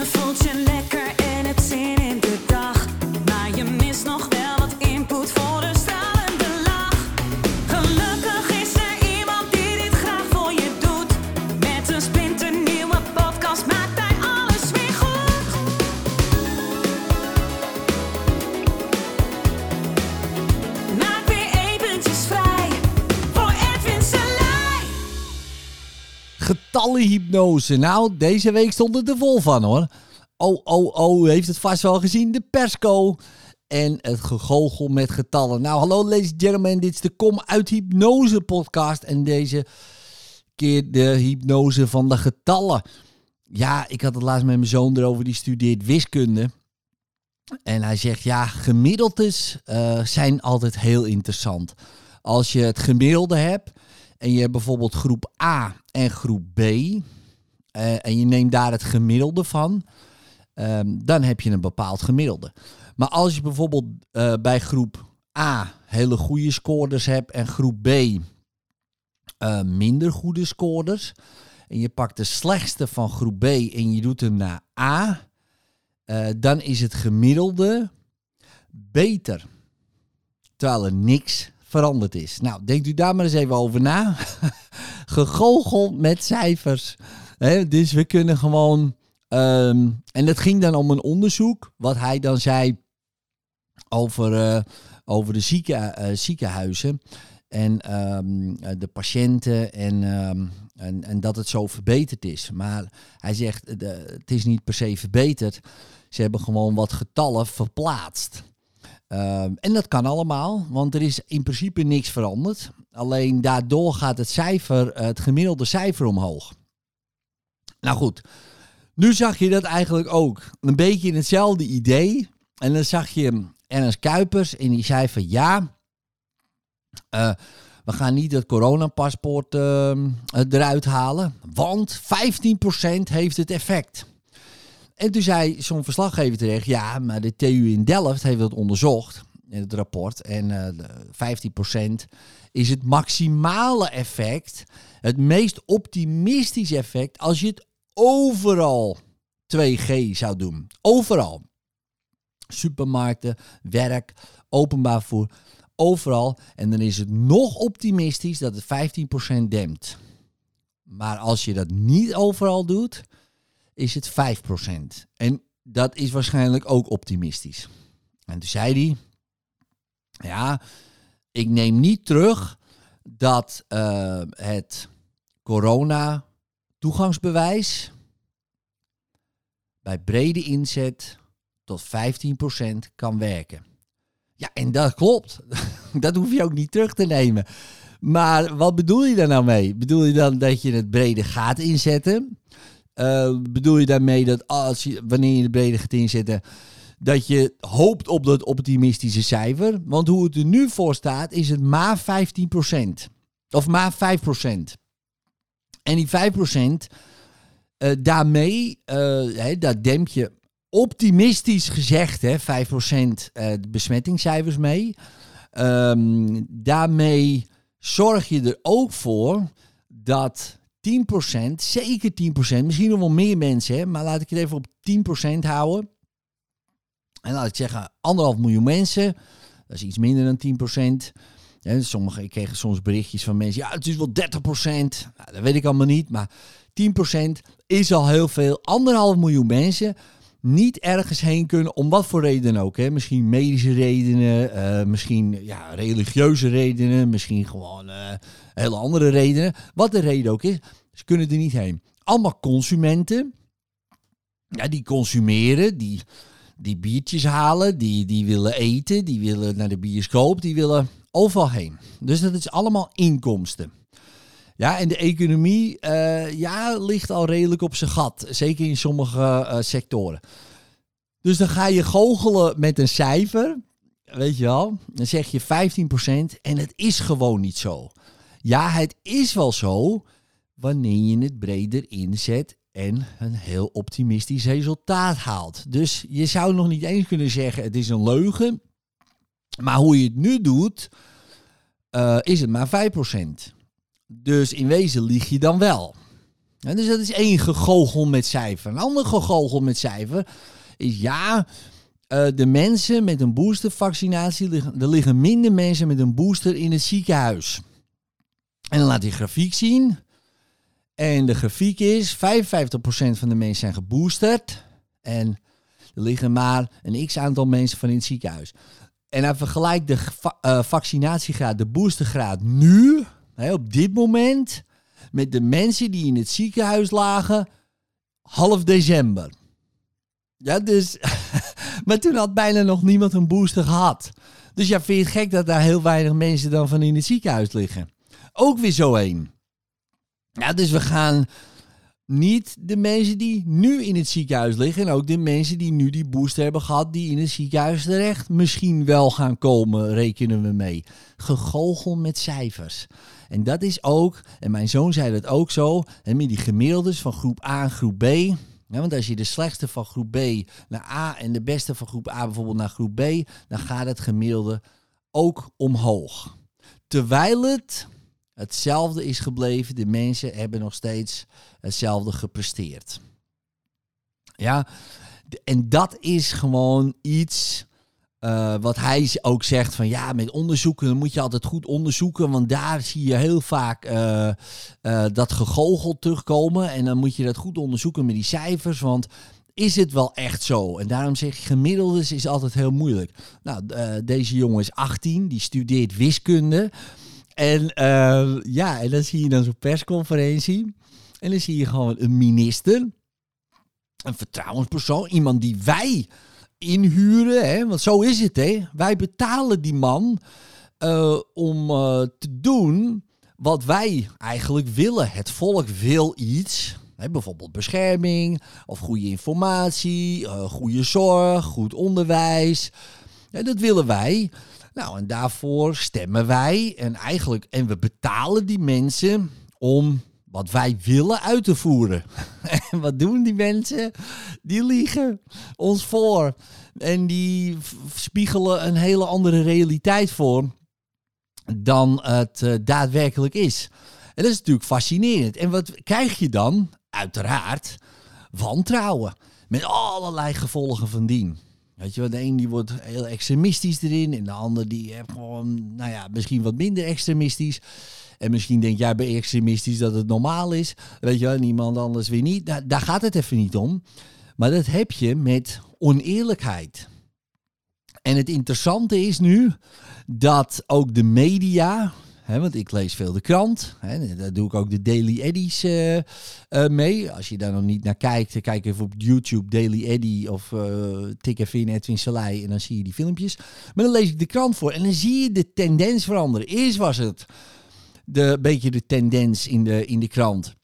Je voelt je lekker en het zin in de dag. Maar je mist nog wel wat input voor de stralende lach. Gelukkig is er iemand die dit graag voor je doet. Met een splinternieuwe podcast maakt hij alles weer goed. Maak weer eventjes vrij voor Edwin Selei. Getallenhypnose. Nou, deze week stond het er vol van, hoor. U heeft het vast wel gezien. De persco en het gegoochel met getallen. Nou, hallo ladies and gentlemen. Dit is de Kom uit Hypnose podcast. En deze keer de hypnose van de getallen. Ja, ik had het laatst met mijn zoon erover. Die studeert wiskunde. En hij zegt, ja, gemiddeldes zijn altijd heel interessant. Als je het gemiddelde hebt en je hebt bijvoorbeeld groep A en groep B... en je neemt daar het gemiddelde van, dan heb je een bepaald gemiddelde. Maar als je bijvoorbeeld bij groep A hele goede scoorders hebt en groep B minder goede scoorders, en je pakt de slechtste van groep B en je doet hem naar A, dan is het gemiddelde beter, terwijl er niks veranderd is. Nou, denkt u daar maar eens even over na. Gegoochel met cijfers. Dus we kunnen gewoon... en het ging dan om een onderzoek, wat hij dan zei over de ziekenhuizen en de patiënten en dat het zo verbeterd is. Maar hij zegt, het is niet per se verbeterd. Ze hebben gewoon wat getallen verplaatst. En dat kan allemaal, want er is in principe niks veranderd. Alleen daardoor gaat het gemiddelde cijfer omhoog. Nou goed, nu zag je dat eigenlijk ook. Een beetje in hetzelfde idee. En dan zag je Ernst Kuipers en die zei van ja, we gaan niet het coronapaspoort eruit halen, want 15% heeft het effect. En toen zei zo'n verslaggever terecht, ja, maar de TU in Delft heeft dat onderzocht in het rapport. En 15% is het maximale effect, het meest optimistische effect, als je het overal 2G zou doen. Overal. Supermarkten, werk, openbaar vervoer, overal. En dan is het nog optimistisch dat het 15% dempt. Maar als je dat niet overal doet, is het 5%. En dat is waarschijnlijk ook optimistisch. En toen zei hij, ja, ik neem niet terug dat het corona-toegangsbewijs bij brede inzet tot 15% kan werken. Ja, en dat klopt. Dat hoef je ook niet terug te nemen. Maar wat bedoel je daar nou mee? Bedoel je dan dat je het brede gaat inzetten? Bedoel je daarmee dat wanneer je het brede gaat inzetten, dat je hoopt op dat optimistische cijfer? Want hoe het er nu voor staat, is het maar 15%. Of maar 5%. En die 5%, daarmee, daar demp je optimistisch gezegd 5% de besmettingscijfers mee. Daarmee zorg je er ook voor dat 10%, zeker 10%, misschien nog wel meer mensen, maar laat ik het even op 10% houden. En laat ik zeggen, 1,5 miljoen mensen, dat is iets minder dan 10%. Ja, ik kreeg soms berichtjes van mensen, ja, het is wel 30%. Nou, dat weet ik allemaal niet, maar 10% is al heel veel. 1,5 miljoen mensen niet ergens heen kunnen, om wat voor reden ook. Misschien medische redenen, misschien religieuze redenen, misschien gewoon hele andere redenen. Wat de reden ook is, ze kunnen er niet heen. Allemaal consumenten, ja, die consumeren, die biertjes halen, die willen eten, die willen naar de bioscoop, die willen overal heen. Dus dat is allemaal inkomsten. Ja, en de economie ligt al redelijk op zijn gat. Zeker in sommige sectoren. Dus dan ga je goochelen met een cijfer. Weet je wel. Dan zeg je 15%. En het is gewoon niet zo. Ja, het is wel zo wanneer je het breder inzet en een heel optimistisch resultaat haalt. Dus je zou nog niet eens kunnen zeggen het is een leugen. Maar hoe je het nu doet, is het maar 5%. Dus in wezen lieg je dan wel. Ja, dus dat is één gegoochel met cijfer. Een ander gegoochel met cijfer is de mensen met een boostervaccinatie, er liggen minder mensen met een booster in het ziekenhuis. En dan laat die grafiek zien. En de grafiek is 55% van de mensen zijn geboosterd. En er liggen maar een x-aantal mensen van in het ziekenhuis. En hij vergelijkt de vaccinatiegraad, de boostergraad nu, op dit moment, met de mensen die in het ziekenhuis lagen half december. Ja, dus... maar toen had bijna nog niemand een booster gehad. Dus ja, vind je het gek dat daar heel weinig mensen dan van in het ziekenhuis liggen? Ook weer zo één. Ja, dus we gaan niet de mensen die nu in het ziekenhuis liggen... en ook de mensen die nu die booster hebben gehad... die in het ziekenhuis terecht misschien wel gaan komen, rekenen we mee. Gegoochel met cijfers. En dat is ook, en mijn zoon zei dat ook zo... met die gemiddeldes van groep A en groep B... Ja, want als je de slechtste van groep B naar A en de beste van groep A bijvoorbeeld naar groep B... dan gaat het gemiddelde ook omhoog. Terwijl het hetzelfde is gebleven. De mensen hebben nog steeds hetzelfde gepresteerd. Ja, en dat is gewoon iets wat hij ook zegt van ja, met onderzoeken dan moet je altijd goed onderzoeken. Want daar zie je heel vaak dat gegoochel terugkomen. En dan moet je dat goed onderzoeken met die cijfers, want... is het wel echt zo? En daarom zeg ik, gemiddeldes is altijd heel moeilijk. Nou, deze jongen is 18, die studeert wiskunde. En en dan zie je dan zo'n persconferentie. En dan zie je gewoon een minister, een vertrouwenspersoon, iemand die wij inhuren. Hè? Want zo is het, hè? Wij betalen die man om te doen wat wij eigenlijk willen. Het volk wil iets... bijvoorbeeld bescherming of goede informatie, goede zorg, goed onderwijs. Dat willen wij. Nou, en daarvoor stemmen wij. En we betalen die mensen om wat wij willen uit te voeren. En wat doen die mensen? Die liegen ons voor. En die spiegelen een hele andere realiteit voor dan het daadwerkelijk is. En dat is natuurlijk fascinerend. En wat krijg je dan? Uiteraard wantrouwen. Met allerlei gevolgen van dien. Weet je wel, de een die wordt heel extremistisch erin. En de ander die heeft gewoon, misschien wat minder extremistisch. En misschien denk jij bij extremistisch dat het normaal is. Weet je wel, en iemand anders weer niet. Nou, daar gaat het even niet om. Maar dat heb je met oneerlijkheid. En het interessante is nu dat ook de media... want ik lees veel de krant. Daar doe ik ook de Daily Eddies mee. Als je daar nog niet naar kijkt, kijk even op YouTube Daily Eddy of tik even in Edwin Selei en dan zie je die filmpjes. Maar dan lees ik de krant voor en dan zie je de tendens veranderen. Eerst was het beetje de tendens in de krant.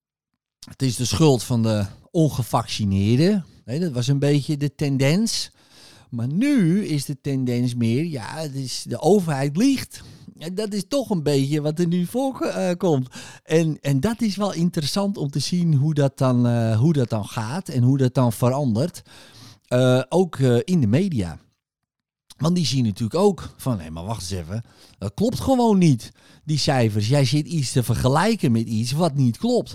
Het is de schuld van de ongevaccineerden. Dat was een beetje de tendens. Maar nu is de tendens meer, het is de overheid liegt. En dat is toch een beetje wat er nu voorkomt. En dat is wel interessant om te zien hoe dat dan gaat en hoe dat dan verandert. Ook in de media. Want die zien natuurlijk ook van, nee, maar wacht eens even. Dat klopt gewoon niet, die cijfers. Jij zit iets te vergelijken met iets wat niet klopt.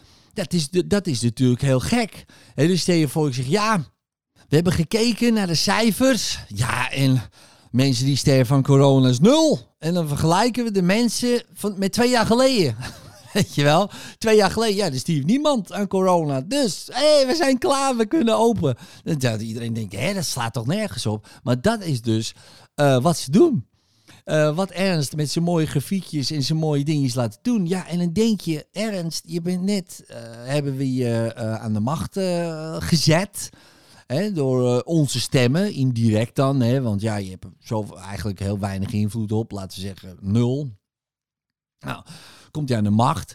Dat is natuurlijk heel gek. Dus stel je voor, ik zeg, we hebben gekeken naar de cijfers. Ja, en mensen die sterven van corona is 0. En dan vergelijken we de mensen met 2 jaar geleden. Weet je wel? 2 jaar geleden, er stierf niemand aan corona. Dus, we zijn klaar, we kunnen open. Dan iedereen denkt, dat slaat toch nergens op. Maar dat is dus wat ze doen. Wat Ernst met zijn mooie grafiekjes en zijn mooie dingetjes laten doen. Ja, en dan denk je, Ernst, je bent net, hebben we je aan de macht gezet... door onze stemmen, indirect dan. Want je hebt zo eigenlijk heel weinig invloed op. Laten we zeggen 0. Nou, komt je aan de macht.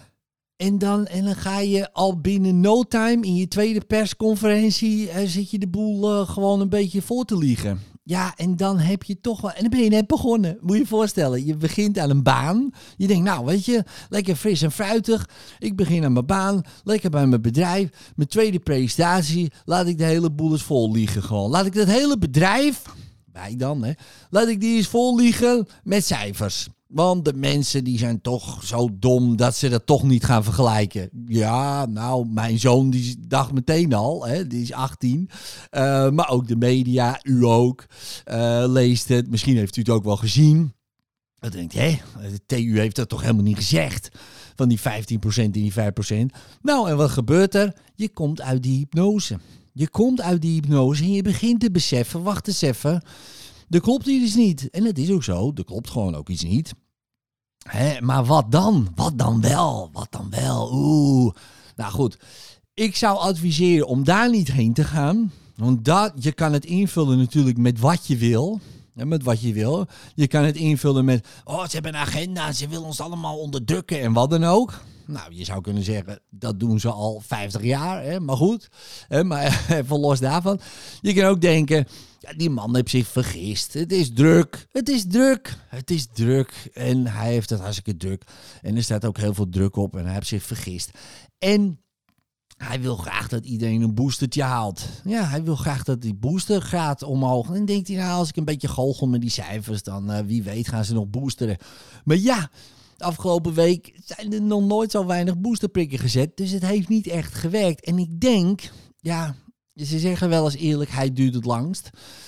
En dan ga je al binnen no time in je tweede persconferentie... zit je de boel gewoon een beetje voor te liegen. Ja, en dan heb je toch wel... En dan ben je net begonnen. Moet je je voorstellen. Je begint aan een baan. Je denkt, nou weet je, lekker fris en fruitig. Ik begin aan mijn baan. Lekker bij mijn bedrijf. Mijn tweede presentatie. Laat ik de hele boel eens vol liegen gewoon. Laat ik dat hele bedrijf... Wij dan, laat ik die eens vol liegen met cijfers. Want de mensen die zijn toch zo dom dat ze dat toch niet gaan vergelijken. Ja, nou, mijn zoon die dacht meteen al, hè, die is 18. Maar ook de media, u ook, leest het. Misschien heeft u het ook wel gezien. Dan denkt, de TU heeft dat toch helemaal niet gezegd. Van die 15% en die 5%. Nou, en wat gebeurt er? Je komt uit die hypnose. Je komt uit die hypnose en je begint te beseffen, wacht eens even, er klopt iets niet. En het is ook zo, er klopt gewoon ook iets niet. Maar wat dan? Wat dan wel? Wat dan wel? Oeh. Nou goed, ik zou adviseren om daar niet heen te gaan. Want je kan het invullen natuurlijk met wat je wil. Met wat je wil. Je kan het invullen met, ze hebben een agenda, ze willen ons allemaal onderdrukken en wat dan ook. Nou, je zou kunnen zeggen, dat doen ze al 50 jaar, hè? Maar goed. Maar even los daarvan. Je kan ook denken, ja, die man heeft zich vergist. Het is druk. Het is druk. Het is druk. En hij heeft het hartstikke druk. En er staat ook heel veel druk op en hij heeft zich vergist. En hij wil graag dat iedereen een boostertje haalt. Ja, hij wil graag dat die booster gaat omhoog. En dan denkt hij, nou, als ik een beetje goochel met die cijfers, dan wie weet gaan ze nog boosteren. Maar ja, de afgelopen week zijn er nog nooit zo weinig boosterprikken gezet. Dus het heeft niet echt gewerkt. En ik denk, ja, ze zeggen wel eens eerlijkheid duurt het langst.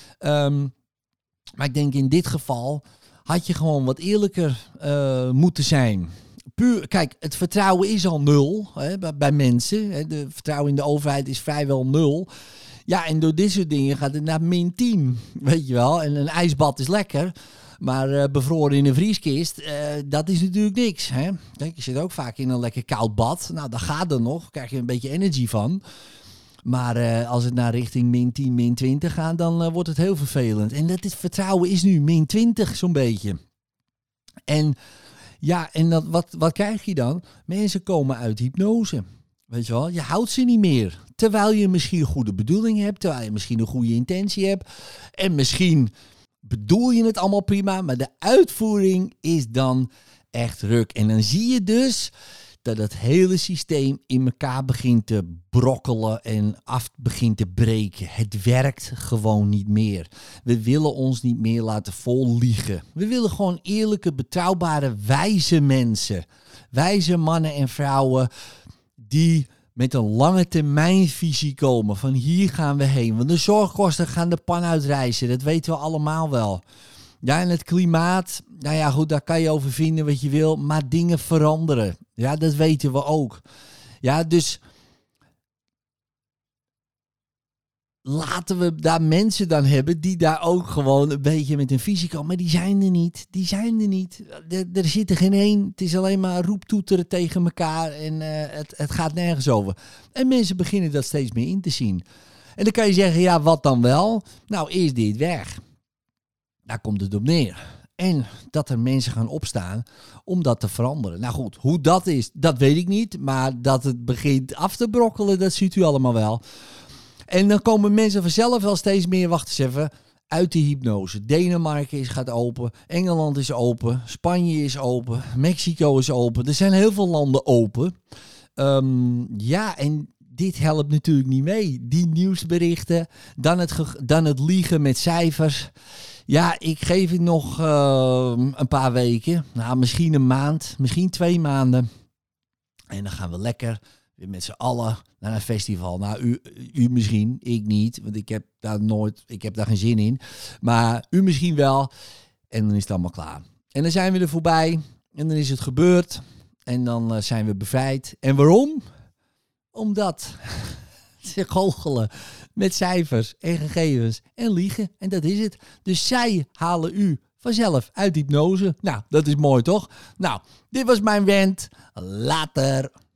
Maar ik denk in dit geval had je gewoon wat eerlijker moeten zijn. Puur, kijk, het vertrouwen is al 0 bij mensen. Hè, de vertrouwen in de overheid is vrijwel 0. Ja, en door dit soort dingen gaat het naar -10. Weet je wel. En een ijsbad is lekker. Maar bevroren in een vrieskist, dat is natuurlijk niks. Hè? Kijk, je zit ook vaak in een lekker koud bad. Nou, dat gaat er nog. Daar krijg je een beetje energie van. Maar als het naar richting -10, -20 gaat, dan wordt het heel vervelend. En vertrouwen is nu -20 zo'n beetje. En ja, en wat krijg je dan? Mensen komen uit hypnose. Weet je wel, je houdt ze niet meer. Terwijl je misschien een goede bedoeling hebt, terwijl je misschien een goede intentie hebt. En misschien bedoel je het allemaal prima, maar de uitvoering is dan echt ruk. En dan zie je dus dat het hele systeem in elkaar begint te brokkelen en af begint te breken. Het werkt gewoon niet meer. We willen ons niet meer laten vol liegen. We willen gewoon eerlijke, betrouwbare, wijze mensen. Wijze mannen en vrouwen die met een lange termijnvisie komen. Van hier gaan we heen. Want de zorgkosten gaan de pan uitreizen. Dat weten we allemaal wel. Ja, en het klimaat, nou ja goed, daar kan je over vinden wat je wil. Maar dingen veranderen. Ja, dat weten we ook. Ja, dus laten we daar mensen dan hebben die daar ook gewoon een beetje met een visie komen. Maar die zijn er niet. Die zijn er niet. Er zit er geen één. Het is alleen maar roeptoeteren tegen elkaar en het gaat nergens over. En mensen beginnen dat steeds meer in te zien. En dan kan je zeggen, ja, wat dan wel? Nou, is dit weg? Daar komt het op neer. En dat er mensen gaan opstaan om dat te veranderen. Nou goed, hoe dat is, dat weet ik niet. Maar dat het begint af te brokkelen, dat ziet u allemaal wel. En dan komen mensen vanzelf wel steeds meer, wacht eens even, uit die hypnose. Denemarken gaat open, Engeland is open, Spanje is open, Mexico is open. Er zijn heel veel landen open. Ja, en dit helpt natuurlijk niet mee. Die nieuwsberichten, dan het liegen met cijfers. Ja, ik geef het nog een paar weken. Nou, misschien een maand, misschien 2 maanden. En dan gaan we lekker weer met z'n allen naar een festival. Nou, u misschien, ik niet. Want ik heb daar geen zin in. Maar u misschien wel. En dan is het allemaal klaar. En dan zijn we er voorbij. En dan is het gebeurd. En dan zijn we bevrijd. En waarom? Omdat ze goochelen met cijfers en gegevens en liegen. En dat is het. Dus zij halen u vanzelf uit hypnose. Nou, dat is mooi toch? Nou, dit was mijn rant. Later.